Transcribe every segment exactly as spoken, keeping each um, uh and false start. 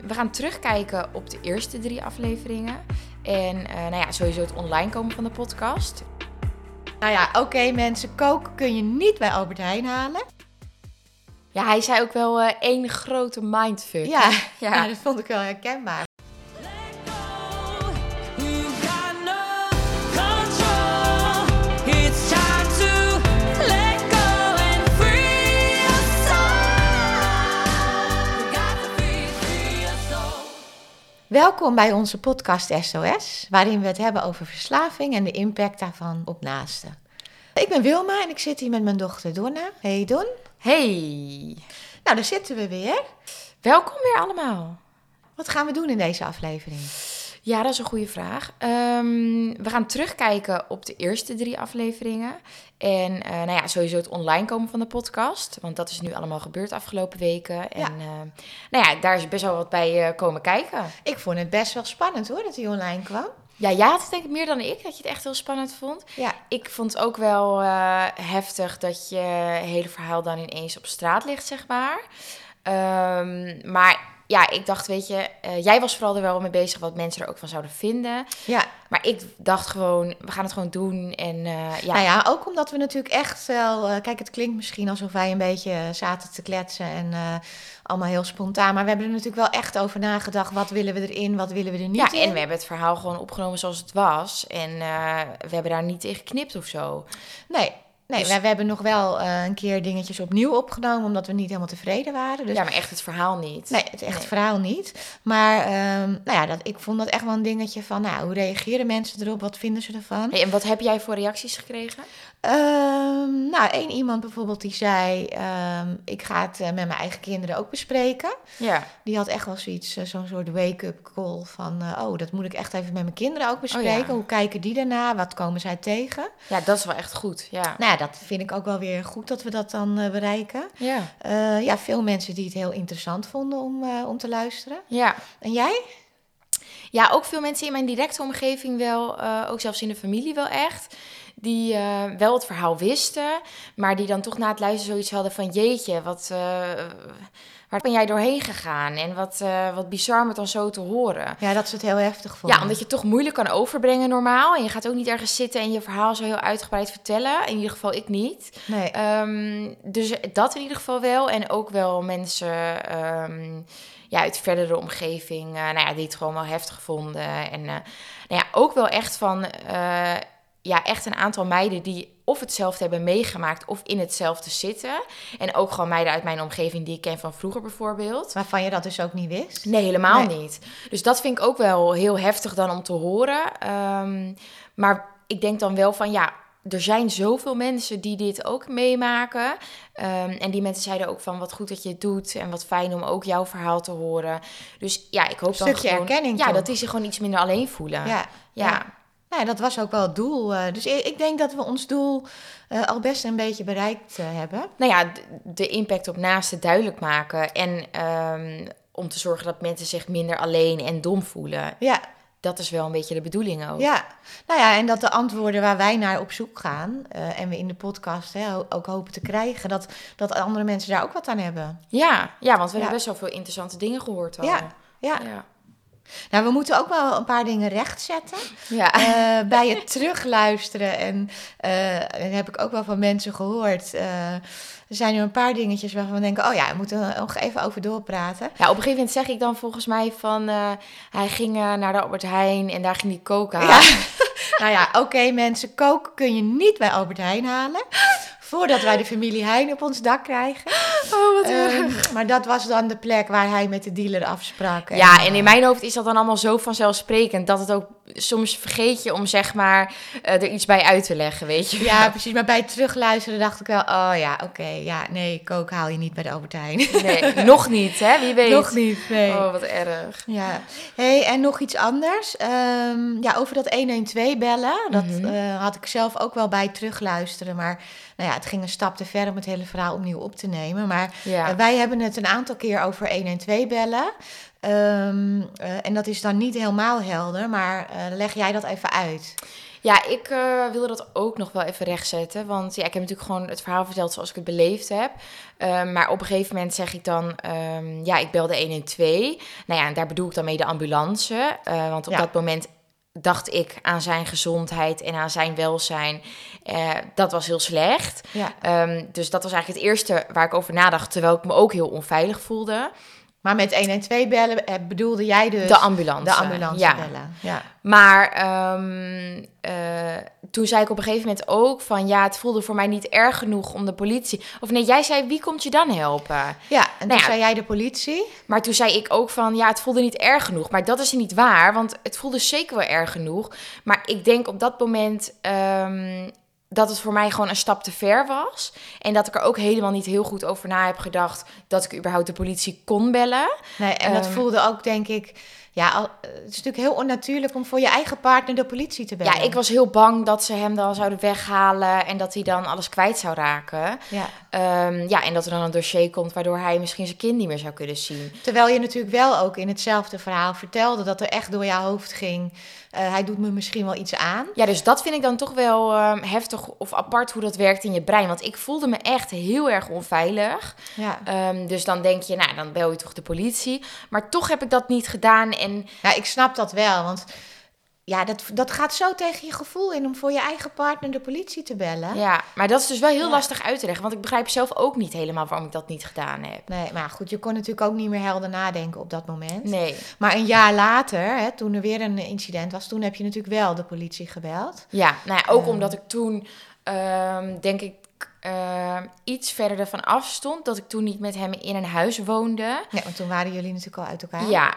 we gaan terugkijken op de eerste drie afleveringen. En uh, nou ja, sowieso het online komen van de podcast. Nou ja, oké okay, mensen, koken kun je niet bij Albert Heijn halen. Ja, hij zei ook wel uh, één grote mindfuck. Ja, ja. ja, dat vond ik wel herkenbaar. Welkom bij onze podcast S O S, waarin we het hebben over verslaving en de impact daarvan op naasten. Ik ben Wilma en ik zit hier met mijn dochter Donna. Hey Don. Hey. Nou, daar zitten we weer. Welkom weer allemaal. Wat gaan we doen in deze aflevering? Ja, dat is een goede vraag. Um, we gaan terugkijken op de eerste drie afleveringen. En uh, nou ja, sowieso het online komen van de podcast. Want dat is nu allemaal gebeurd afgelopen weken. En ja. Uh, nou ja, daar is best wel wat bij uh, komen kijken. Ik vond het best wel spannend hoor, dat hij online kwam. Ja, jij had het denk ik meer dan ik, dat je het echt heel spannend vond. Ja. Ik vond het ook wel uh, heftig dat je hele verhaal dan ineens op straat ligt, zeg maar. Um, maar... Ja, ik dacht, weet je, uh, jij was vooral er wel mee bezig wat mensen er ook van zouden vinden. Ja. Maar ik dacht gewoon, we gaan het gewoon doen. En, uh, ja. Nou ja, ook omdat we natuurlijk echt wel... Uh, kijk, het klinkt misschien alsof wij een beetje zaten te kletsen en uh, allemaal heel spontaan. Maar we hebben er natuurlijk wel echt over nagedacht. Wat willen we erin, wat willen we er niet ja, in? En we hebben het verhaal gewoon opgenomen zoals het was. En uh, we hebben daar niet in geknipt of zo. Nee. Nee, dus... we hebben nog wel uh, een keer dingetjes opnieuw opgenomen, omdat we niet helemaal tevreden waren. Dus... Ja, maar echt het verhaal niet. Nee, het echt nee. verhaal niet. Maar um, nou ja, dat, ik vond dat echt wel een dingetje van, nou, hoe reageren mensen erop? Wat vinden ze ervan? Hey, en wat heb jij voor reacties gekregen? Um, nou, één iemand bijvoorbeeld die zei, um, ik ga het uh, met mijn eigen kinderen ook bespreken. Ja. Die had echt wel zoiets, uh, zo'n soort wake-up call van, uh, oh, dat moet ik echt even met mijn kinderen ook bespreken. Oh, ja. Hoe kijken die daarna? Wat komen zij tegen? Ja, dat is wel echt goed, ja. Nou ja, dat vind ik ook wel weer goed dat we dat dan uh, bereiken. Ja. Uh, ja, veel mensen die het heel interessant vonden om, uh, om te luisteren. Ja. En jij? Ja, ook veel mensen in mijn directe omgeving wel, uh, ook zelfs in de familie wel echt, die uh, wel het verhaal wisten, maar die dan toch na het luisteren zoiets hadden van jeetje, wat, uh, waar ben jij doorheen gegaan? En wat, uh, wat bizar om het dan zo te horen. Ja, dat ze het heel heftig vonden. Ja, omdat je het toch moeilijk kan overbrengen normaal. En je gaat ook niet ergens zitten en je verhaal zo heel uitgebreid vertellen. In ieder geval ik niet. Nee. Um, dus dat in ieder geval wel. En ook wel mensen... Um, ja, uit verdere omgeving, uh, nou ja, die het gewoon wel heftig vonden. En uh, nou ja, ook wel echt van, uh, ja, echt een aantal meiden die of hetzelfde hebben meegemaakt of in hetzelfde zitten. En ook gewoon meiden uit mijn omgeving die ik ken van vroeger bijvoorbeeld. Waarvan je dat dus ook niet wist? Nee, helemaal nee. niet. Dus dat vind ik ook wel heel heftig dan om te horen. Um, maar ik denk dan wel van, ja, er zijn zoveel mensen die dit ook meemaken. Um, en die mensen zeiden ook van wat goed dat je het doet. En wat fijn om ook jouw verhaal te horen. Dus ja, ik hoop dan stukje gewoon... erkenning Ja, toch? dat die zich gewoon iets minder alleen voelen. Ja, ja. ja. Nou, dat was ook wel het doel. Uh, dus ik, ik denk dat we ons doel uh, al best een beetje bereikt uh, hebben. Nou ja, de, de impact op naasten duidelijk maken. En um, om te zorgen dat mensen zich minder alleen en dom voelen. Ja. Dat is wel een beetje de bedoeling ook. Ja, nou ja, en dat de antwoorden waar wij naar op zoek gaan... Uh, en we in de podcast hè, ook hopen te krijgen... Dat, dat andere mensen daar ook wat aan hebben. Ja, ja want we ja. hebben best wel veel interessante dingen gehoord al. Ja, ja. ja. Nou, we moeten ook wel een paar dingen rechtzetten. Ja. Uh, bij het terugluisteren. En uh, heb ik ook wel van mensen gehoord... Uh, er zijn nu een paar dingetjes waarvan we denken... oh ja, we moeten er nog even over doorpraten. Ja, op een gegeven moment zeg ik dan volgens mij van... Uh, hij ging uh, naar de Albert Heijn en daar ging hij koken halen. Ja. Nou ja, oké okay, mensen, koken kun je niet bij Albert Heijn halen... voordat wij de familie Heijn op ons dak krijgen. Oh, wat um, erg. Maar dat was dan de plek waar hij met de dealer afsprak. En, ja, en in mijn hoofd is dat dan allemaal zo vanzelfsprekend... dat het ook soms vergeet je om zeg maar uh, er iets bij uit te leggen, weet je. Ja, precies. Maar bij het terugluisteren dacht ik wel... oh ja, oké, okay, ja, nee, koken haal je niet bij de Albert Heijn. Nee, nog niet, hè? Wie weet. Nog niet, nee. Oh, wat erg. Ja. Hey, en nog iets anders. Um, ja, over dat honderdtwaalf bellen. Dat mm-hmm. uh, had ik zelf ook wel bij terugluisteren. Maar nou ja, het ging een stap te ver om het hele verhaal opnieuw op te nemen. Maar ja. uh, wij hebben het een aantal keer over honderdtwaalf bellen. Um, uh, en dat is dan niet helemaal helder. Maar uh, leg jij dat even uit? Ja, ik uh, wilde dat ook nog wel even rechtzetten. Want ja, ik heb natuurlijk gewoon het verhaal verteld zoals ik het beleefd heb. Uh, maar op een gegeven moment zeg ik dan... Um, ja, ik belde een een twee. Nou ja, en daar bedoel ik dan mee de ambulance. Uh, want op ja. dat moment dacht ik aan zijn gezondheid en aan zijn welzijn. Uh, dat was heel slecht. Ja. Um, dus dat was eigenlijk het eerste waar ik over nadacht... terwijl ik me ook heel onveilig voelde... Maar met een een twee bellen bedoelde jij dus... De ambulance. De ambulance ja. bellen, ja. Maar um, uh, toen zei ik op een gegeven moment ook van... ja, het voelde voor mij niet erg genoeg om de politie... Of nee, jij zei, wie komt je dan helpen? Ja, en toen nou ja, zei jij de politie. Maar toen zei ik ook van, ja, het voelde niet erg genoeg. Maar dat is niet waar, want het voelde zeker wel erg genoeg. Maar ik denk op dat moment... Um, dat het voor mij gewoon een stap te ver was. En dat ik er ook helemaal niet heel goed over na heb gedacht... dat ik überhaupt de politie kon bellen. Nee, en dat um, voelde ook, denk ik... Ja, al, het is natuurlijk heel onnatuurlijk om voor je eigen partner de politie te bellen. Ja, ik was heel bang dat ze hem dan zouden weghalen... en dat hij dan alles kwijt zou raken. Ja. Um, ja, en dat er dan een dossier komt... waardoor hij misschien zijn kind niet meer zou kunnen zien. Terwijl je natuurlijk wel ook in hetzelfde verhaal vertelde... dat er echt door jouw hoofd ging... Uh, hij doet me misschien wel iets aan. Ja, dus dat vind ik dan toch wel um, heftig of apart hoe dat werkt in je brein. Want ik voelde me echt heel erg onveilig. Ja. Um, dus dan denk je, nou, dan bel je toch de politie. Maar toch heb ik dat niet gedaan. En... Ja, ik snap dat wel, want... Ja, dat, dat gaat zo tegen je gevoel in om voor je eigen partner de politie te bellen. Ja, maar dat is dus wel heel ja. lastig uit te leggen. Want ik begrijp zelf ook niet helemaal waarom ik dat niet gedaan heb. Nee, maar goed, je kon natuurlijk ook niet meer helder nadenken op dat moment. Nee. Maar een jaar later, hè, toen er weer een incident was... toen heb je natuurlijk wel de politie gebeld. Ja, nou ja, ook um, omdat ik toen, um, denk ik... Uh, iets verder ervan af stond. Dat ik toen niet met hem in een huis woonde. Ja, want toen waren jullie natuurlijk al uit elkaar. Ja,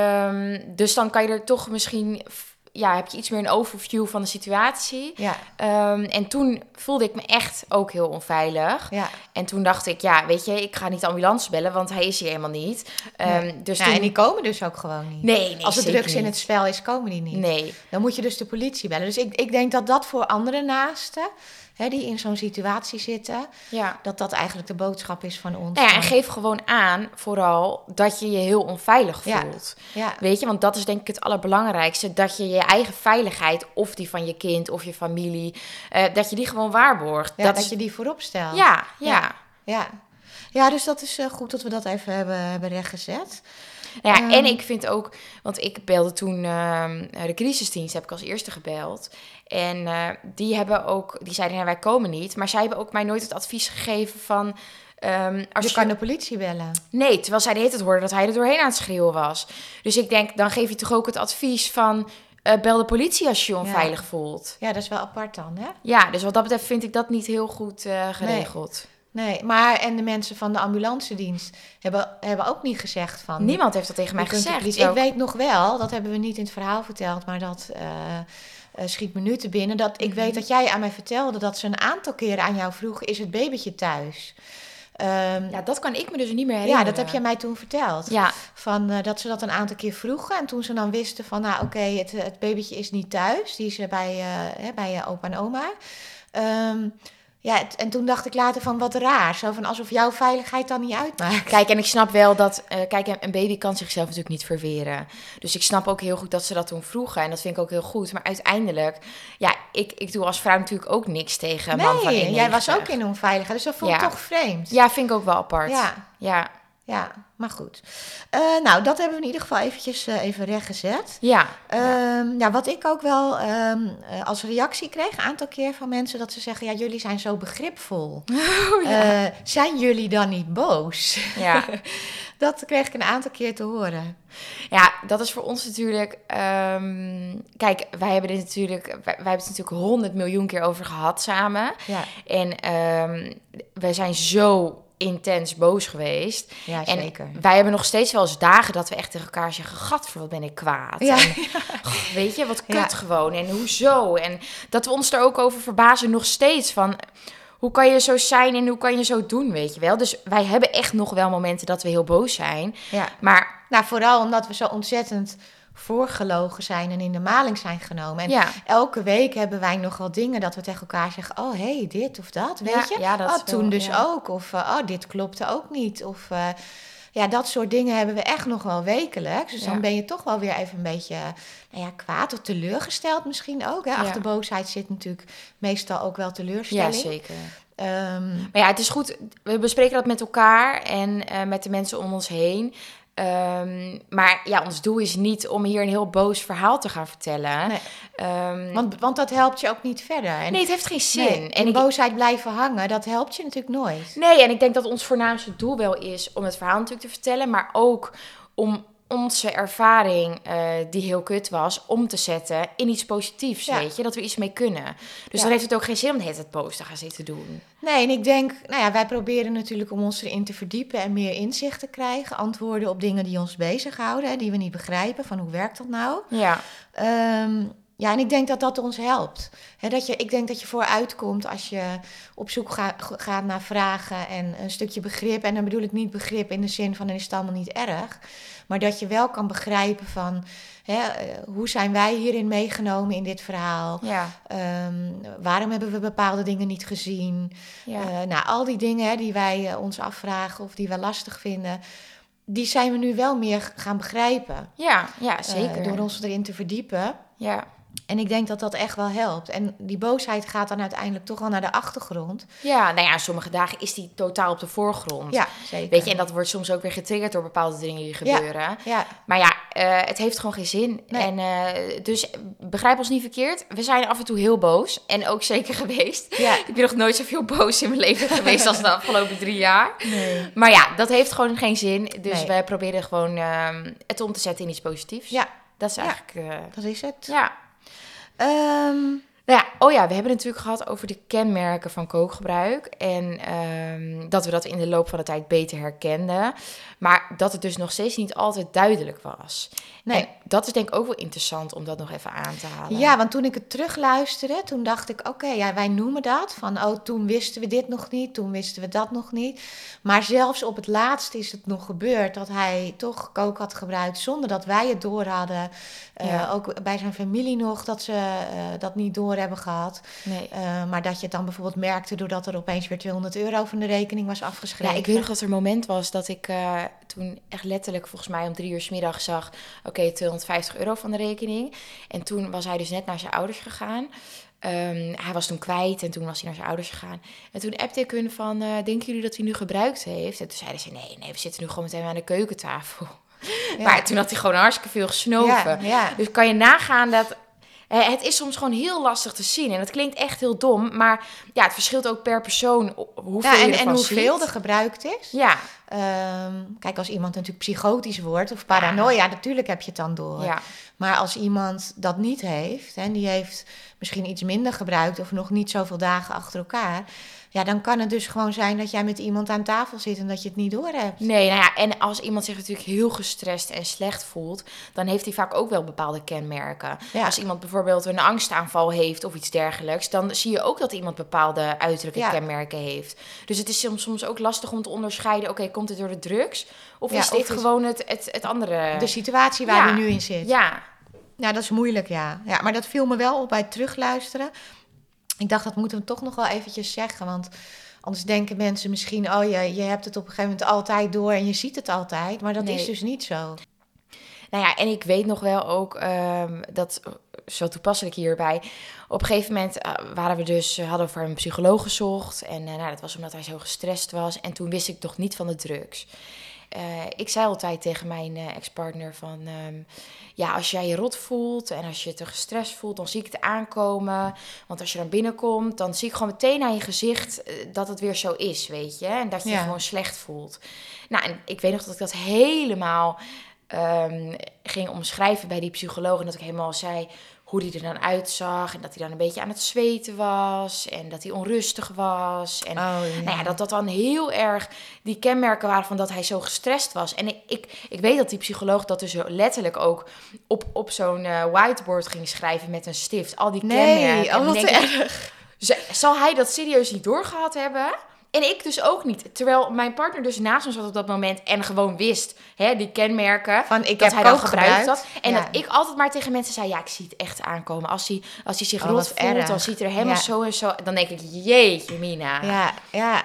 um, dus dan kan je er toch misschien... Ja, heb je iets meer een overview van de situatie. Ja. Um, en toen voelde ik me echt ook heel onveilig. Ja. En toen dacht ik, ja, weet je, ik ga niet de ambulance bellen, want hij is hier helemaal niet. Um, nee. dus ja, toen... En die komen dus ook gewoon niet. Nee, nee, als er drugs in het spel is, komen die niet. Nee. Dan moet je dus de politie bellen. Dus ik, ik denk dat dat voor andere naasten... Hè, die in zo'n situatie zitten, ja. dat dat eigenlijk de boodschap is van ons. Ja, en geef gewoon aan, vooral, dat je je heel onveilig voelt. Ja. Ja. Weet je, want dat is denk ik het allerbelangrijkste. Dat je je eigen veiligheid, of die van je kind of je familie, uh, dat je die gewoon waarborgt. Ja, dat dat is... je die voorop stelt. Ja, ja. Ja, ja. ja dus dat is uh, goed dat we dat even hebben, hebben rechtgezet. Nou ja, um, en ik vind ook, want ik belde toen uh, de crisisdienst, heb ik als eerste gebeld. En uh, die hebben ook, die zeiden, nou, wij komen niet. Maar zij hebben ook mij nooit het advies gegeven van... Um, als je kan je... de politie bellen. Nee, terwijl zij de hele tijd hoorde dat hij er doorheen aan het schreeuwen was. Dus ik denk, dan geef je toch ook het advies van... Uh, bel de politie als je je onveilig ja. voelt. Ja, dat is wel apart dan, hè? Ja, dus wat dat betreft vind ik dat niet heel goed uh, geregeld. Nee. Nee, maar en de mensen van de ambulancedienst hebben, hebben ook niet gezegd van... Niemand heeft dat tegen mij gezegd. Ik weet nog wel, dat hebben we niet in het verhaal verteld, maar dat uh, uh, schiet me nu te binnen. Dat ik mm-hmm. weet dat jij aan mij vertelde dat ze een aantal keren aan jou vroegen, is het babytje thuis? Um, ja, dat kan ik me dus niet meer herinneren. Ja, dat heb jij mij toen verteld. Ja. Van, uh, dat ze dat een aantal keer vroegen. En toen ze dan wisten van, nou oké, okay, het, het babytje is niet thuis. Die is bij, uh, hè, bij uh, opa en oma. Um, Ja, het, en toen dacht ik later van wat raar. Zo van alsof jouw veiligheid dan niet uitmaakt. Kijk, en ik snap wel dat... Uh, kijk, een baby kan zichzelf natuurlijk niet verweren. Dus ik snap ook heel goed dat ze dat toen vroegen. En dat vind ik ook heel goed. Maar uiteindelijk... Ja, ik, ik doe als vrouw natuurlijk ook niks tegen een nee, man van één negentig. Jij was ook in onveiligheid. Dus dat vond ik ja. toch vreemd. Ja, vind ik ook wel apart. Ja. Ja. Ja, maar goed. Uh, nou, dat hebben we in ieder geval eventjes uh, even rechtgezet. Ja. Um, ja, wat ik ook wel um, uh, als reactie kreeg, een aantal keer van mensen, dat ze zeggen, ja, jullie zijn zo begripvol. Oh, ja. uh, zijn jullie dan niet boos? Ja. Dat kreeg ik een aantal keer te horen. Ja, dat is voor ons natuurlijk... Um, kijk, wij hebben dit natuurlijk... Wij, wij hebben het natuurlijk honderd miljoen keer over gehad samen. Ja. En um, wij zijn zo... intens boos geweest. Ja, en zeker. Wij hebben nog steeds wel eens dagen dat we echt tegen elkaar zeggen... Gadver, wat ben ik kwaad. Ja. En, goh, weet je, wat kut ja. gewoon. En hoezo? En dat we ons er ook over verbazen nog steeds van... Hoe kan je zo zijn en hoe kan je zo doen, weet je wel? Dus wij hebben echt nog wel momenten dat we heel boos zijn. Ja. Maar nou, vooral omdat we zo ontzettend... voorgelogen zijn en in de maling zijn genomen. En ja. elke week hebben wij nog wel dingen dat we tegen elkaar zeggen... oh, hé, hey, dit of dat, weet ja, je? Ja, dat oh, toen wel, dus ja. ook. Of, uh, oh, dit klopte ook niet. Of, uh, Ja, dat soort dingen hebben we echt nog wel wekelijks. Dus Ja. dan ben je toch wel weer even een beetje nou ja, kwaad of teleurgesteld misschien ook. Hè? Achter Ja. boosheid zit natuurlijk meestal ook wel teleurstelling. Ja, zeker. Um, maar ja, het is goed. We bespreken dat met elkaar en uh, met de mensen om ons heen. Um, maar ja, ons doel is niet om hier een heel boos verhaal te gaan vertellen. Nee. Um, want, want dat helpt je ook niet verder. En, nee, het heeft geen zin. Nee, en in ik, boosheid blijven hangen, dat helpt je natuurlijk nooit. Nee, en ik denk dat ons voornaamste doel wel is om het verhaal natuurlijk te vertellen, maar ook om onze ervaring, uh, die heel kut was, om te zetten in iets positiefs, ja. weet je. Dat we iets mee kunnen. Dus ja. dan heeft het ook geen zin om de hele tijd boos te gaan zitten doen. Nee, en ik denk, nou ja, wij proberen natuurlijk om ons erin te verdiepen en meer inzicht te krijgen. Antwoorden op dingen die ons bezighouden, hè, die we niet begrijpen. Van hoe werkt dat nou? Ja. Um, Ja, en ik denk dat dat ons helpt. He, dat je, ik denk dat je vooruitkomt als je op zoek ga, gaat naar vragen en een stukje begrip. En dan bedoel ik niet begrip in de zin van, dan is het allemaal niet erg. Maar dat je wel kan begrijpen van, he, hoe zijn wij hierin meegenomen in dit verhaal? Ja. Um, waarom hebben we bepaalde dingen niet gezien? Ja. Uh, nou, al die dingen he, die wij uh, ons afvragen of die we lastig vinden, die zijn we nu wel meer gaan begrijpen. Ja, ja zeker. Uh, door ons erin te verdiepen. Ja. En ik denk dat dat echt wel helpt. En die boosheid gaat dan uiteindelijk toch wel naar de achtergrond. Ja, nou ja, sommige dagen is die totaal op de voorgrond. Ja, zeker. Weet je, en dat wordt soms ook weer getriggerd door bepaalde dingen die gebeuren. Ja, ja. Maar ja, uh, het heeft gewoon geen zin. Nee. En uh, dus begrijp ons niet verkeerd. We zijn af en toe heel boos. En ook zeker geweest. Ja. Ik ben nog nooit zoveel boos in mijn leven geweest als de afgelopen drie jaar. Nee. Maar ja, dat heeft gewoon geen zin. Dus Nee. we proberen gewoon uh, het om te zetten in iets positiefs. Ja. Dat is ja. eigenlijk... Uh, dat is het. Ja. Um, Nou ja, oh ja, we hebben het natuurlijk gehad over de kenmerken van kookgebruik. En um, dat we dat in de loop van de tijd beter herkenden. Maar dat het dus nog steeds niet altijd duidelijk was. Nee. En dat is denk ik ook wel interessant om dat nog even aan te halen. Ja, want toen ik het terugluisterde, toen dacht ik, oké, okay, ja, wij noemen dat. Van, oh, toen wisten we dit nog niet, toen wisten we dat nog niet. Maar zelfs op het laatst is het nog gebeurd dat hij toch kook had gebruikt zonder dat wij het door hadden. Uh, ja. Ook bij zijn familie nog, dat ze uh, dat niet door hebben gehad. Nee. Uh, maar dat je het dan bijvoorbeeld merkte doordat er opeens weer tweehonderd euro van de rekening was afgeschreven. Ja, ik weet nog dat er een moment was dat ik uh, toen echt letterlijk volgens mij om drie uur 's middag zag, oké, okay, tweehonderdvijftig euro van de rekening. En toen was hij dus net naar zijn ouders gegaan. Um, hij was toen kwijt en toen was hij naar zijn ouders gegaan. En toen appte ik hun van, uh, denken jullie dat hij nu gebruikt heeft? En toen zeiden ze, nee, nee, we zitten nu gewoon meteen aan de keukentafel. Ja. Maar toen had hij gewoon hartstikke veel gesnoven. Ja, ja. Dus kan je nagaan dat... Het is soms gewoon heel lastig te zien. En dat klinkt echt heel dom. Maar ja, het verschilt ook per persoon hoeveel ja, en, je ervan en hoeveel ziet. er gebruikt is. Ja. Um, kijk, als iemand natuurlijk psychotisch wordt of paranoia, ja. natuurlijk heb je het dan door. Ja. Maar als iemand dat niet heeft, en die heeft misschien iets minder gebruikt of nog niet zoveel dagen achter elkaar, ja, dan kan het dus gewoon zijn dat jij met iemand aan tafel zit en dat je het niet door hebt. Nee, nou ja, en als iemand zich natuurlijk heel gestrest en slecht voelt, dan heeft hij vaak ook wel bepaalde kenmerken. Ja. Als iemand bijvoorbeeld een angstaanval heeft of iets dergelijks, dan zie je ook dat iemand bepaalde uiterlijke ja. kenmerken heeft. Dus het is soms ook lastig om te onderscheiden, oké, okay, komt het door de drugs? Of ja, is dit of gewoon het, het, het andere? De situatie waar ja. je nu in zit. Ja. Ja, dat is moeilijk, ja. ja. Maar dat viel me wel op bij het terugluisteren. Ik dacht, dat moeten we toch nog wel eventjes zeggen. Want anders denken mensen misschien, oh je, je hebt het op een gegeven moment altijd door en je ziet het altijd. Maar dat nee. is dus niet zo. Nou ja, en ik weet nog wel ook, um, dat zo toepasselijk hierbij. Op een gegeven moment uh, waren we dus, uh, hadden we voor een psycholoog gezocht. En uh, nou, dat was omdat hij zo gestrest was. En toen wist ik nog niet van de drugs. Uh, ik zei altijd tegen mijn uh, ex-partner van, um, ja, als jij je rot voelt en als je te gestrest voelt, dan zie ik het aankomen. Want als je dan binnenkomt, dan zie ik gewoon meteen aan je gezicht uh, dat het weer zo is, weet je. En dat je ja. je gewoon slecht voelt. Nou, en ik weet nog dat ik dat helemaal um, ging omschrijven bij die psycholoog. En dat ik helemaal zei hoe die er dan uitzag. En dat hij dan een beetje aan het zweten was. En dat hij onrustig was. En oh, ja. Nou ja, dat dat dan heel erg die kenmerken waren van dat hij zo gestrest was. En ik, ik, ik weet dat die psycholoog dat dus letterlijk ook op, op zo'n uh, whiteboard ging schrijven met een stift. Al die nee, kenmerken. Oh, wat erg. Ik, zal hij dat serieus niet doorgehad hebben? En ik dus ook niet. Terwijl mijn partner dus naast me zat op dat moment en gewoon wist, hè, die kenmerken, van, ik dat heb hij dan gebruikt gebruikt. had. En ja. dat ik altijd maar tegen mensen zei, ja, ik zie het echt aankomen. Als hij, als hij zich oh, rot voelt, erg. dan ziet hij er helemaal ja. zo en zo. Dan denk ik, jeetje mina. Ja, ja.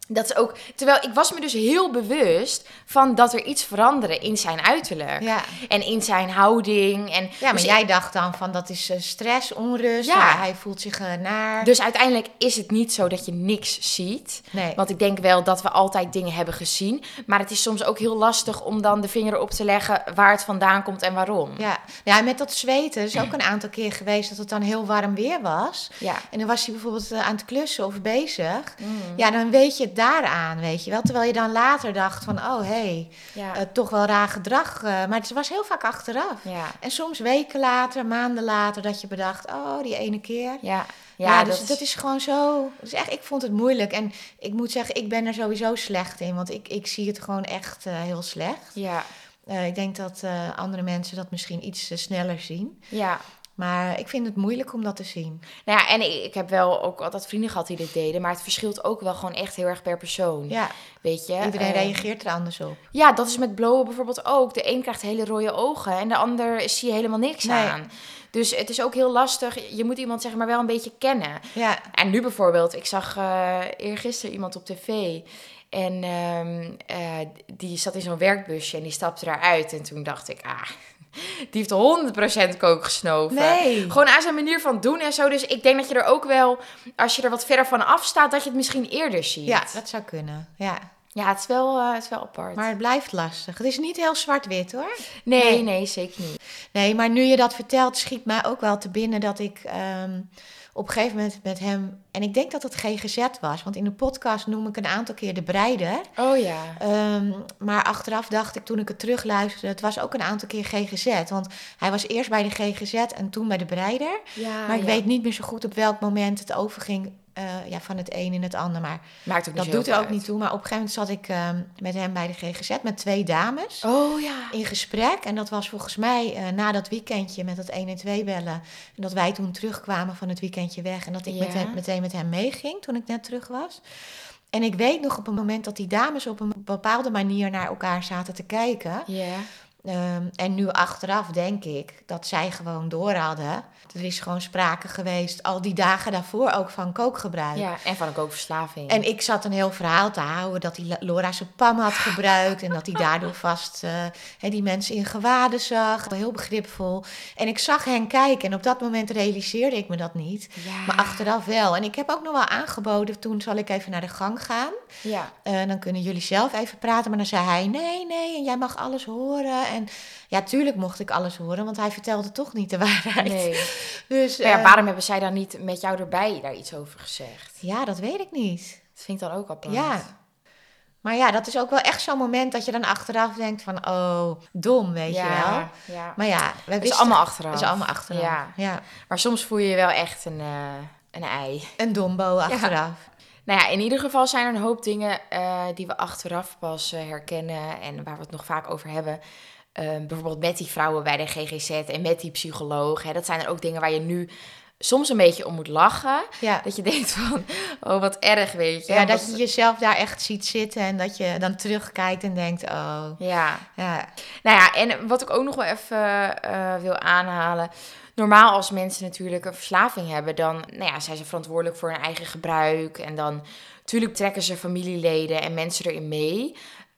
Dat is ook, terwijl ik was me dus heel bewust van dat er iets veranderde in zijn uiterlijk. Ja. En in zijn houding. En ja, maar dus jij ik, dacht dan van dat is uh, stress, onrust. Ja. Hij, hij voelt zich uh, naar. Dus uiteindelijk is het niet zo dat je niks ziet. Nee. Want ik denk wel dat we altijd dingen hebben gezien. Maar het is soms ook heel lastig om dan de vinger op te leggen waar het vandaan komt en waarom. Ja, ja, met dat zweten is ook een aantal keer geweest dat het dan heel warm weer was. Ja. En dan was hij bijvoorbeeld uh, aan het klussen of bezig. Mm. Ja, dan weet je het daaraan, weet je wel. Terwijl je dan later dacht van, oh hé, hey, Ja. uh, toch wel raar gedrag. Uh, maar het was heel vaak achteraf. Ja. En soms weken later, maanden later, dat je bedacht, oh, die ene keer. Ja. Ja, Ja, dus dat is... dat is gewoon zo. Dus echt, ik vond het moeilijk. En ik moet zeggen, ik ben er sowieso slecht in. Want ik, ik zie het gewoon echt uh, heel slecht. Ja. Uh, ik denk dat uh, andere mensen dat misschien iets uh, sneller zien. Ja. Maar ik vind het moeilijk om dat te zien. Nou ja, en ik, ik heb wel ook altijd vrienden gehad die dit deden. Maar het verschilt ook wel gewoon echt heel erg per persoon. Ja. Weet je? Iedereen uh, reageert er anders op. Ja, dat is met blowen bijvoorbeeld ook. De een krijgt hele rode ogen en de ander zie je helemaal niks Nee. aan. Dus het is ook heel lastig. Je moet iemand zeg maar wel een beetje kennen. Ja. En nu bijvoorbeeld, ik zag uh, eergisteren iemand op tv. En um, uh, die zat in zo'n werkbusje en die stapte daaruit. En toen dacht ik, ah, die heeft honderd procent kook gesnoven. Nee. Gewoon aan zijn manier van doen en zo. Dus ik denk dat je er ook wel, als je er wat verder van afstaat, dat je het misschien eerder ziet. Ja, dat zou kunnen. Ja. Ja, het is wel, uh, het is wel apart. Maar het blijft lastig. Het is niet heel zwart-wit, hoor. Nee, nee, nee, nee, zeker niet. Nee, maar nu je dat vertelt, schiet mij ook wel te binnen dat ik um, op een gegeven moment met hem... En ik denk dat het G G Z was, want in de podcast noem ik een aantal keer de breider. Oh ja. Um, maar achteraf dacht ik, toen ik het terugluisterde, het was ook een aantal keer G G Z. Want hij was eerst bij de G G Z en toen bij de breider. Ja, maar ik ja. weet niet meer zo goed op welk moment het overging uh, ja, van het een in het ander. Maar Maakt ook niet dat doet er ook uit. niet toe. Maar op een gegeven moment zat ik um, met hem bij de G G Z met twee dames. Oh ja. In gesprek. En dat was volgens mij uh, na dat weekendje met dat een en twee bellen. En dat wij toen terugkwamen van het weekendje weg. En dat ik Ja. met hem, meteen met hem meeging toen ik net terug was. En ik weet nog op een moment dat die dames op een bepaalde manier naar elkaar zaten te kijken. Ja. Um, en nu achteraf denk ik dat zij gewoon door hadden. Er is gewoon sprake geweest, al die dagen daarvoor ook, van kookgebruik. Ja, en van een kookverslaving. En ik zat een heel verhaal te houden dat hij Laura zijn pam had gebruikt. En dat hij daardoor vast uh, he, die mensen in gewaden zag. Heel begripvol. En ik zag hen kijken en op dat moment realiseerde ik me dat niet. Ja. Maar achteraf wel. En ik heb ook nog wel aangeboden, toen zal ik even naar de gang gaan. Ja. Uh, dan kunnen jullie zelf even praten. Maar dan zei hij, nee, nee, en jij mag alles horen. En ja, tuurlijk mocht ik alles horen, want hij vertelde toch niet de waarheid. Nee. Dus, Maar ja, uh, waarom hebben zij dan niet met jou erbij daar iets over gezegd? Ja, dat weet ik niet. Dat vind ik dan ook apart. Ja. Maar ja, dat is ook wel echt zo'n moment dat je dan achteraf denkt van, oh, dom, weet ja, je wel. Ja. Maar ja, we Het wisten... is allemaal achteraf. Het is allemaal achteraf, Ja. ja. Maar soms voel je je wel echt een, uh, een ei. Een dombo achteraf. Ja. Nou ja, in ieder geval zijn er een hoop dingen uh, die we achteraf pas uh, herkennen en waar we het nog vaak over hebben. Uh, bijvoorbeeld met die vrouwen bij de G G Z en met die psycholoog. Hè. Dat zijn er ook dingen waar je nu soms een beetje om moet lachen. Ja. Dat je denkt van, oh wat erg, weet je. Ja, dat wat... je jezelf daar echt ziet zitten en dat je dan terugkijkt en denkt, oh. Ja. Ja. Nou ja, en wat ik ook nog wel even uh, wil aanhalen. Normaal als mensen natuurlijk een verslaving hebben, dan nou ja, zijn ze verantwoordelijk voor hun eigen gebruik. En dan natuurlijk trekken ze familieleden en mensen erin mee.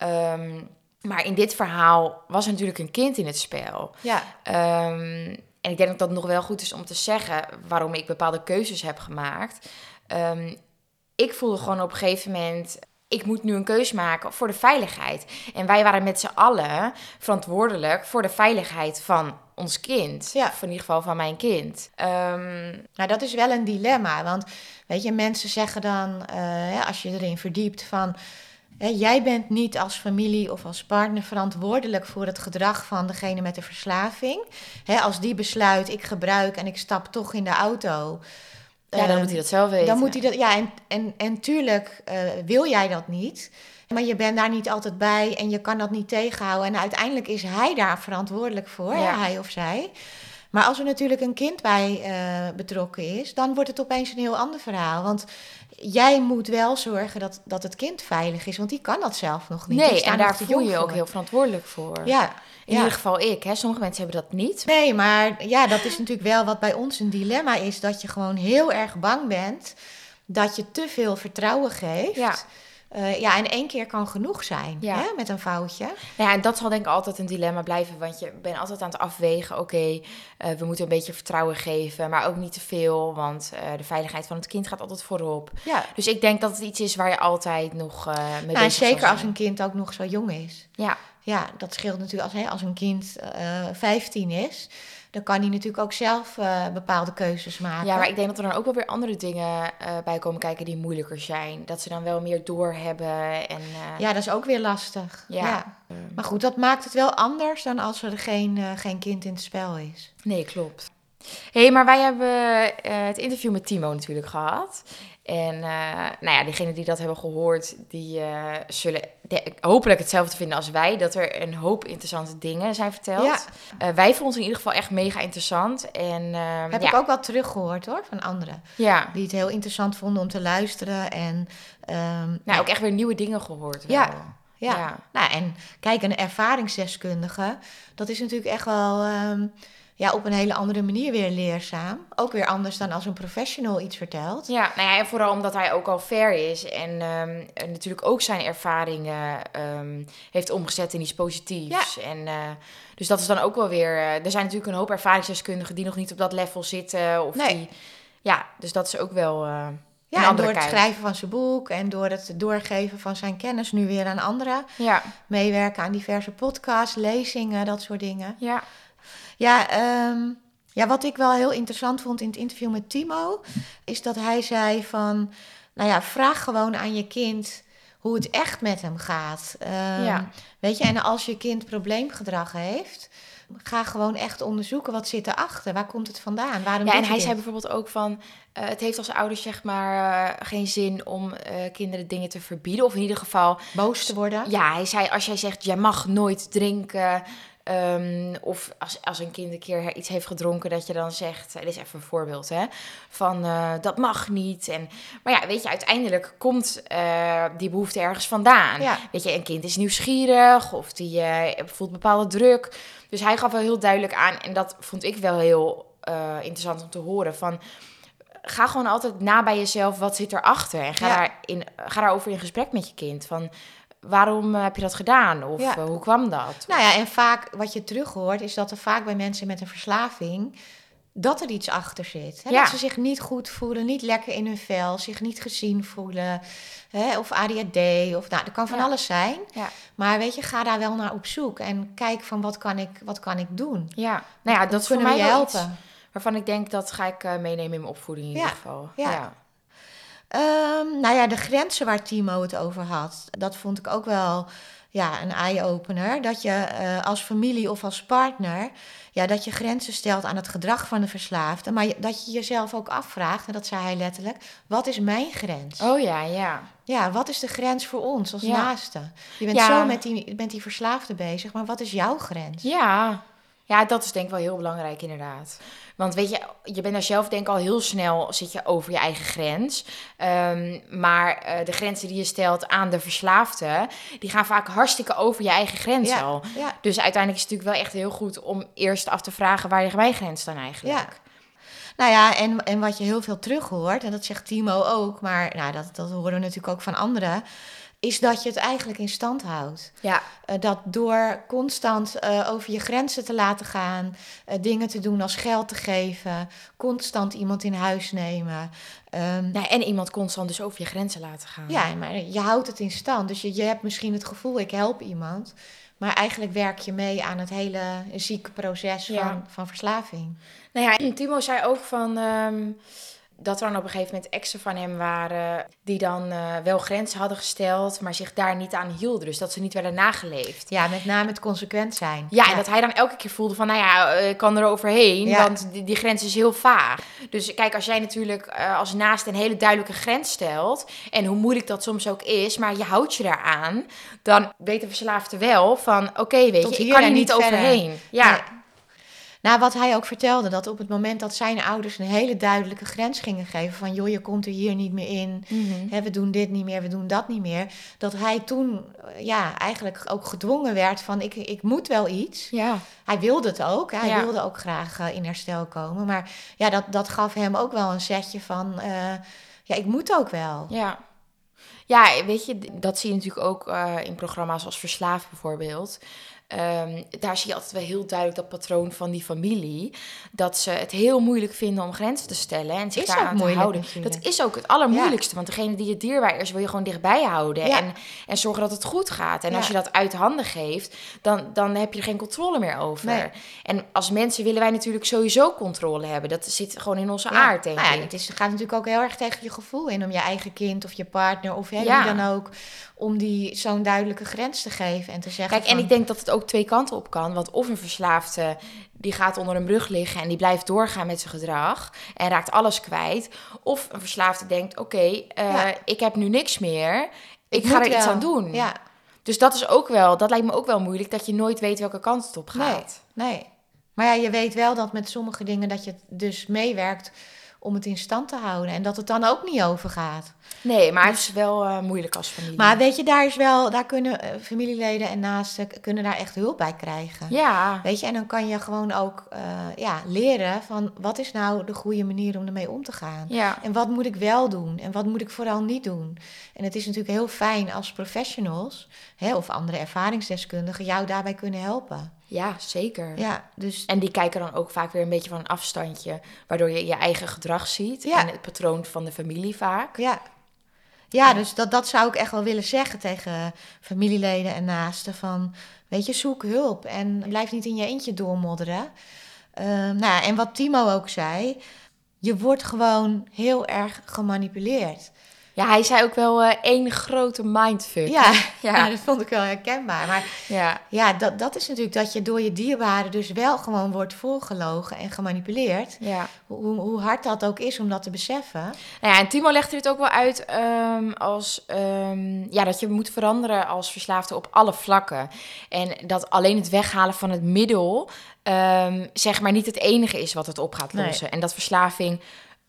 Um, maar in dit verhaal was er natuurlijk een kind in het spel. Ja. Um, en ik denk dat dat nog wel goed is om te zeggen waarom ik bepaalde keuzes heb gemaakt. Um, ik voelde gewoon op een gegeven moment, ik moet nu een keuze maken voor de veiligheid. En wij waren met z'n allen verantwoordelijk voor de veiligheid van ons kind. Ja. Of in ieder geval van mijn kind. Um, nou, dat is wel een dilemma. Want weet je, mensen zeggen dan, uh, als je erin verdiept van, hè, jij bent niet als familie of als partner verantwoordelijk voor het gedrag van degene met de verslaving. Hè, als die besluit, ik gebruik en ik stap toch in de auto. Ja, dan uh, moet hij dat zelf weten. Dan moet hij dat, ja, en, en, en tuurlijk uh, wil jij dat niet. Maar je bent daar niet altijd bij en je kan dat niet tegenhouden. En uiteindelijk is hij daar verantwoordelijk voor, ja. hij of zij. Maar als er natuurlijk een kind bij uh, betrokken is, dan wordt het opeens een heel ander verhaal. Want jij moet wel zorgen dat, dat het kind veilig is, want die kan dat zelf nog niet. Nee, en daar voel je je ook heel verantwoordelijk voor. Ja. In ja. ieder geval ik. Hè. Sommige mensen hebben dat niet. Nee, maar ja, dat is natuurlijk wel wat bij ons een dilemma is. Dat je gewoon heel erg bang bent dat je te veel vertrouwen geeft. Ja. Uh, ja, en één keer kan genoeg zijn, ja. hè, met een foutje. Nou ja, en dat zal denk ik altijd een dilemma blijven. Want je bent altijd aan het afwegen. Oké, okay, uh, we moeten een beetje vertrouwen geven. Maar ook niet te veel. Want uh, de veiligheid van het kind gaat altijd voorop. Ja. Dus ik denk dat het iets is waar je altijd nog uh, mee nou, bezig zeker zal als een kind ook nog zo jong is. Ja. Ja, dat scheelt natuurlijk. Als, hè, als een kind uh, vijftien is... dan kan hij natuurlijk ook zelf uh, bepaalde keuzes maken. Ja, maar ik denk dat er dan ook wel weer andere dingen uh, bij komen kijken die moeilijker zijn. Dat ze dan wel meer doorhebben. En, uh... ja, dat is ook weer lastig. Ja. ja. Maar goed, dat maakt het wel anders dan als er geen, uh, geen kind in het spel is. Nee, klopt. Hé, hey, maar wij hebben uh, het interview met Timo natuurlijk gehad. En uh, nou ja, diegenen die dat hebben gehoord, die uh, zullen de, hopelijk hetzelfde vinden als wij. Dat er een hoop interessante dingen zijn verteld. Ja. Uh, wij vonden het in ieder geval echt mega interessant. En, uh, Heb ja. ik ook wel teruggehoord hoor, van anderen. Ja. Die het heel interessant vonden om te luisteren. En, um, nou, ja. ook echt weer nieuwe dingen gehoord. Ja. Wel. Ja. ja. Nou, en kijk, een ervaringsdeskundige, dat is natuurlijk echt wel... Um, ja, op een hele andere manier weer leerzaam. Ook weer anders dan als een professional iets vertelt. Ja, nou ja, en vooral omdat hij ook al ver is. En, um, en natuurlijk ook zijn ervaringen um, heeft omgezet in iets positiefs. Ja. En, uh, dus dat is dan ook wel weer... Uh, er zijn natuurlijk een hoop ervaringsdeskundigen die nog niet op dat level zitten. Of nee. die, ja, dus dat is ook wel... Uh, Ja, en door het kijk. schrijven van zijn boek en door het doorgeven van zijn kennis nu weer aan anderen. Ja. Meewerken aan diverse podcasts, lezingen, dat soort dingen. Ja. Ja, um, ja, wat ik wel heel interessant vond in het interview met Timo... is dat hij zei van... nou ja, vraag gewoon aan je kind hoe het echt met hem gaat. Um, ja. Weet je, en als je kind probleemgedrag heeft... ga gewoon echt onderzoeken wat zit erachter. Waar komt het vandaan? Waarom ja, en hij dit? zei bijvoorbeeld ook van... Uh, het heeft als ouders zeg maar uh, geen zin om uh, kinderen dingen te verbieden. Of in ieder geval... boos te worden. Ja, hij zei als jij zegt, jij mag nooit drinken... Um, of als, als een kind een keer iets heeft gedronken, dat je dan zegt... Dit is even een voorbeeld, hè. Van, uh, dat mag niet. En, maar ja, weet je, uiteindelijk komt uh, die behoefte ergens vandaan. Ja. Weet je, een kind is nieuwsgierig of die uh, voelt bepaalde druk. Dus hij gaf wel heel duidelijk aan... en dat vond ik wel heel uh, interessant om te horen... van ga gewoon altijd na bij jezelf, wat zit erachter? En ga, ja. daar in, ga daarover in gesprek met je kind. Van... waarom heb je dat gedaan? Of ja. uh, hoe kwam dat? Nou ja, en vaak wat je terug hoort... is dat er vaak bij mensen met een verslaving... dat er iets achter zit. Hè? Ja. Dat ze zich niet goed voelen, niet lekker in hun vel... zich niet gezien voelen. Hè? Of A D H D, of nou, dat kan van ja. alles zijn. Ja. Maar weet je, ga daar wel naar op zoek. En kijk van, wat kan ik, wat kan ik doen? Ja, nou ja, dat is voor mij wel helpen. Iets waarvan ik denk, dat ga ik uh, meenemen in mijn opvoeding in ja. ieder geval. Ja. ja. Um, nou ja, de grenzen waar Timo het over had, dat vond ik ook wel ja, een eye-opener. Dat je uh, als familie of als partner, ja, dat je grenzen stelt aan het gedrag van de verslaafde. Maar je, dat je jezelf ook afvraagt, en dat zei hij letterlijk, wat is mijn grens? Oh ja, ja. Ja, wat is de grens voor ons als ja. naaste? Je bent ja. zo met die, met die verslaafde bezig, maar wat is jouw grens? Ja. Ja, dat is denk ik wel heel belangrijk inderdaad. Want weet je, je bent daar zelf denk ik al heel snel, zit je over je eigen grens. Um, maar uh, de grenzen die je stelt aan de verslaafde, die gaan vaak hartstikke over je eigen grens ja, al. Ja. Dus uiteindelijk is het natuurlijk wel echt heel goed om eerst af te vragen, waar ligt mijn grens dan eigenlijk? Ja. Nou ja, en, en wat je heel veel terug hoort, en dat zegt Timo ook, maar nou, dat, dat horen we natuurlijk ook van anderen, is dat je het eigenlijk in stand houdt. Ja. Uh, dat door constant uh, over je grenzen te laten gaan, uh, dingen te doen als geld te geven, constant iemand in huis nemen. Um, nou, en iemand constant dus over je grenzen laten gaan. Ja, maar je houdt het in stand. Dus je, je hebt misschien het gevoel, ik help iemand. Maar eigenlijk werk je mee aan het hele zieke proces ja. van, van verslaving. Nou ja, Timo zei ook van... Um, dat er dan op een gegeven moment exen van hem waren die dan uh, wel grenzen hadden gesteld, maar zich daar niet aan hielden. Dus dat ze niet werden nageleefd. Ja, met name het consequent zijn. Ja, ja. en dat hij dan elke keer voelde van, nou ja, ik kan er overheen, ja. want die, die grens is heel vaag. Dus kijk, als jij natuurlijk uh, als naaste een hele duidelijke grens stelt, en hoe moeilijk dat soms ook is, maar je houdt je daaraan, dan weet de verslaafde wel van, oké, okay, weet Tot je, ik kan hier niet overheen. Ja. Nee. Nou, wat hij ook vertelde, dat op het moment dat zijn ouders een hele duidelijke grens gingen geven van, joh, je komt er hier niet meer in, mm-hmm. hè, we doen dit niet meer, we doen dat niet meer, dat hij toen ja, eigenlijk ook gedwongen werd van, ik, ik moet wel iets. Ja. Hij wilde het ook, hij ja. wilde ook graag uh, in herstel komen, maar ja, dat, dat gaf hem ook wel een setje van, uh, ja, ik moet ook wel. Ja. Ja, weet je, dat zie je natuurlijk ook uh, in programma's als Verslaafd bijvoorbeeld. Um, daar zie je altijd wel heel duidelijk dat patroon van die familie. Dat ze het heel moeilijk vinden om grenzen te stellen en zich daar aan te houden. Natuurlijk. Dat is ook het allermoeilijkste. Ja. Want degene die het dierbaar is, wil je gewoon dichtbij houden. Ja. En, en zorgen dat het goed gaat. En ja. als je dat uit handen geeft, dan, dan heb je er geen controle meer over. Nee. En als mensen willen wij natuurlijk sowieso controle hebben. Dat zit gewoon in onze ja. aard, denk nou ja, ik. Het is, gaat natuurlijk ook heel erg tegen je gevoel in om je eigen kind of je partner of hè, ja. wie dan ook, om die zo'n duidelijke grens te geven en te zeggen. Kijk, van, en ik denk dat het ook twee kanten op kan. Want of een verslaafde die gaat onder een brug liggen en die blijft doorgaan met zijn gedrag en raakt alles kwijt. Of een verslaafde denkt, oké, okay, uh, ja. ik heb nu niks meer. Ik, ik ga er wel. iets aan doen. Ja. Dus dat is ook wel, dat lijkt me ook wel moeilijk, dat je nooit weet welke kant het op gaat. Nee, nee. Maar ja, je weet wel dat met sommige dingen dat je dus meewerkt om het in stand te houden. En dat het dan ook niet overgaat. Nee, maar dus, het is wel uh, moeilijk als familie. Maar weet je, daar is wel, daar kunnen uh, familieleden en naasten kunnen daar echt hulp bij krijgen. Ja. Weet je, en dan kan je gewoon ook uh, ja, leren van wat is nou de goede manier om ermee om te gaan. Ja. En wat moet ik wel doen en wat moet ik vooral niet doen. En het is natuurlijk heel fijn als professionals hè, of andere ervaringsdeskundigen jou daarbij kunnen helpen. Ja, zeker. Ja, dus... En die kijken dan ook vaak weer een beetje van een afstandje, waardoor je je eigen gedrag ziet ja. en het patroon van de familie vaak. Ja, ja dus dat, dat zou ik echt wel willen zeggen tegen familieleden en naasten van, weet je, zoek hulp en blijf niet in je eentje doormodderen. Uh, nou ja, en wat Timo ook zei, je wordt gewoon heel erg gemanipuleerd. Ja, hij zei ook wel uh, één grote mindfuck. Ja, ja. ja, dat vond ik wel herkenbaar. Maar ja, ja dat, dat is natuurlijk dat je door je dierbaren dus wel gewoon wordt voorgelogen en gemanipuleerd. Ja. Hoe, hoe hard dat ook is om dat te beseffen. Nou ja, en Timo legde het ook wel uit um, als um, ja, dat je moet veranderen als verslaafde op alle vlakken. En dat alleen het weghalen van het middel um, zeg maar niet het enige is wat het op gaat lossen. Nee. En dat verslaving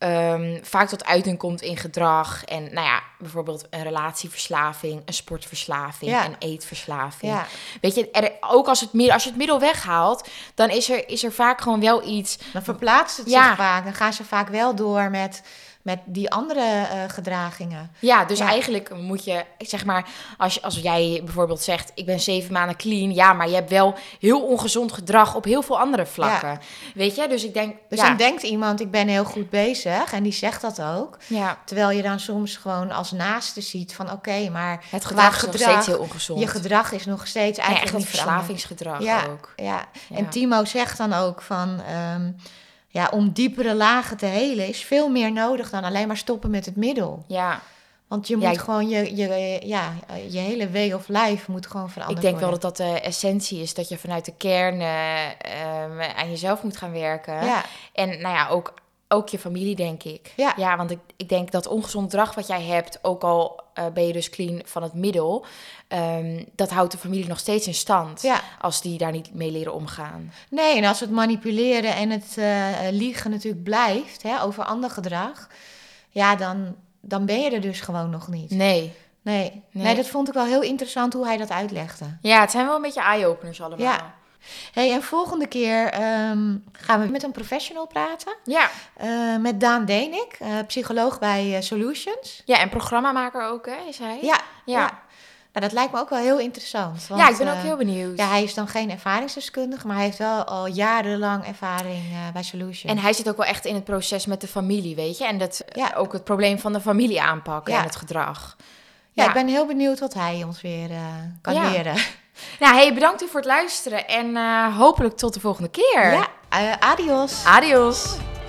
Um, vaak tot uiting komt in gedrag. En nou ja, bijvoorbeeld een relatieverslaving, een sportverslaving, ja. een eetverslaving. Ja. Weet je, er, ook als, het, als je het middel weghaalt, dan is er, is er vaak gewoon wel iets. Dan verplaatst het ja. zich vaak. Dan gaan ze vaak wel door met, met die andere uh, gedragingen. Ja, dus ja. eigenlijk moet je, zeg maar, als, als jij bijvoorbeeld zegt, ik ben zeven maanden clean. Ja, maar je hebt wel heel ongezond gedrag op heel veel andere vlakken. Ja. Weet je, dus ik denk... Dus ja. dan denkt iemand, ik ben heel goed bezig. En die zegt dat ook. Ja. Terwijl je dan soms gewoon als naaste ziet van, oké, okay, maar... Het gedrag is gedrag, nog steeds heel ongezond. Je gedrag is nog steeds eigenlijk ja, echt niet verslavingsgedrag ja, ook. Ja. ja, en Timo zegt dan ook van... Um, ja, om diepere lagen te helen is veel meer nodig dan alleen maar stoppen met het middel. Ja. Want je moet ja, ik... gewoon je, je, ja, je hele way of life moet gewoon veranderd Ik denk worden. wel dat dat de essentie is, dat je vanuit de kern uh, um, aan jezelf moet gaan werken. Ja. En nou ja, ook, ook je familie, denk ik. Ja, ja want ik, ik denk dat ongezond gedrag wat jij hebt, ook al uh, ben je dus clean van het middel, um, dat houdt de familie nog steeds in stand. Ja. Als die daar niet mee leren omgaan. Nee, en als het manipuleren en het uh, liegen natuurlijk blijft hè, over ander gedrag, ja, dan, dan ben je er dus gewoon nog niet. Nee. Nee. nee. Nee, dat vond ik wel heel interessant hoe hij dat uitlegde. Ja, het zijn wel een beetje eye-openers allemaal. Ja. Hey, en volgende keer um, gaan we met een professional praten. Ja. Uh, met Daan Denik, uh, psycholoog bij uh, Solutions. Ja, en programmamaker ook, hè, is hij? Ja, ja. ja. Nou, dat lijkt me ook wel heel interessant. Want, ja, ik ben ook uh, heel benieuwd. Ja, hij is dan geen ervaringsdeskundige, maar hij heeft wel al jarenlang ervaring uh, bij Solutions. En hij zit ook wel echt in het proces met de familie, weet je? En dat ja. ook het probleem van de familie aanpakken ja. en het gedrag. Ja, ja, ik ben heel benieuwd wat hij ons weer uh, kan ja. leren. Nou, hey, bedankt u voor het luisteren en uh, hopelijk tot de volgende keer. Ja, uh, adios. Adios.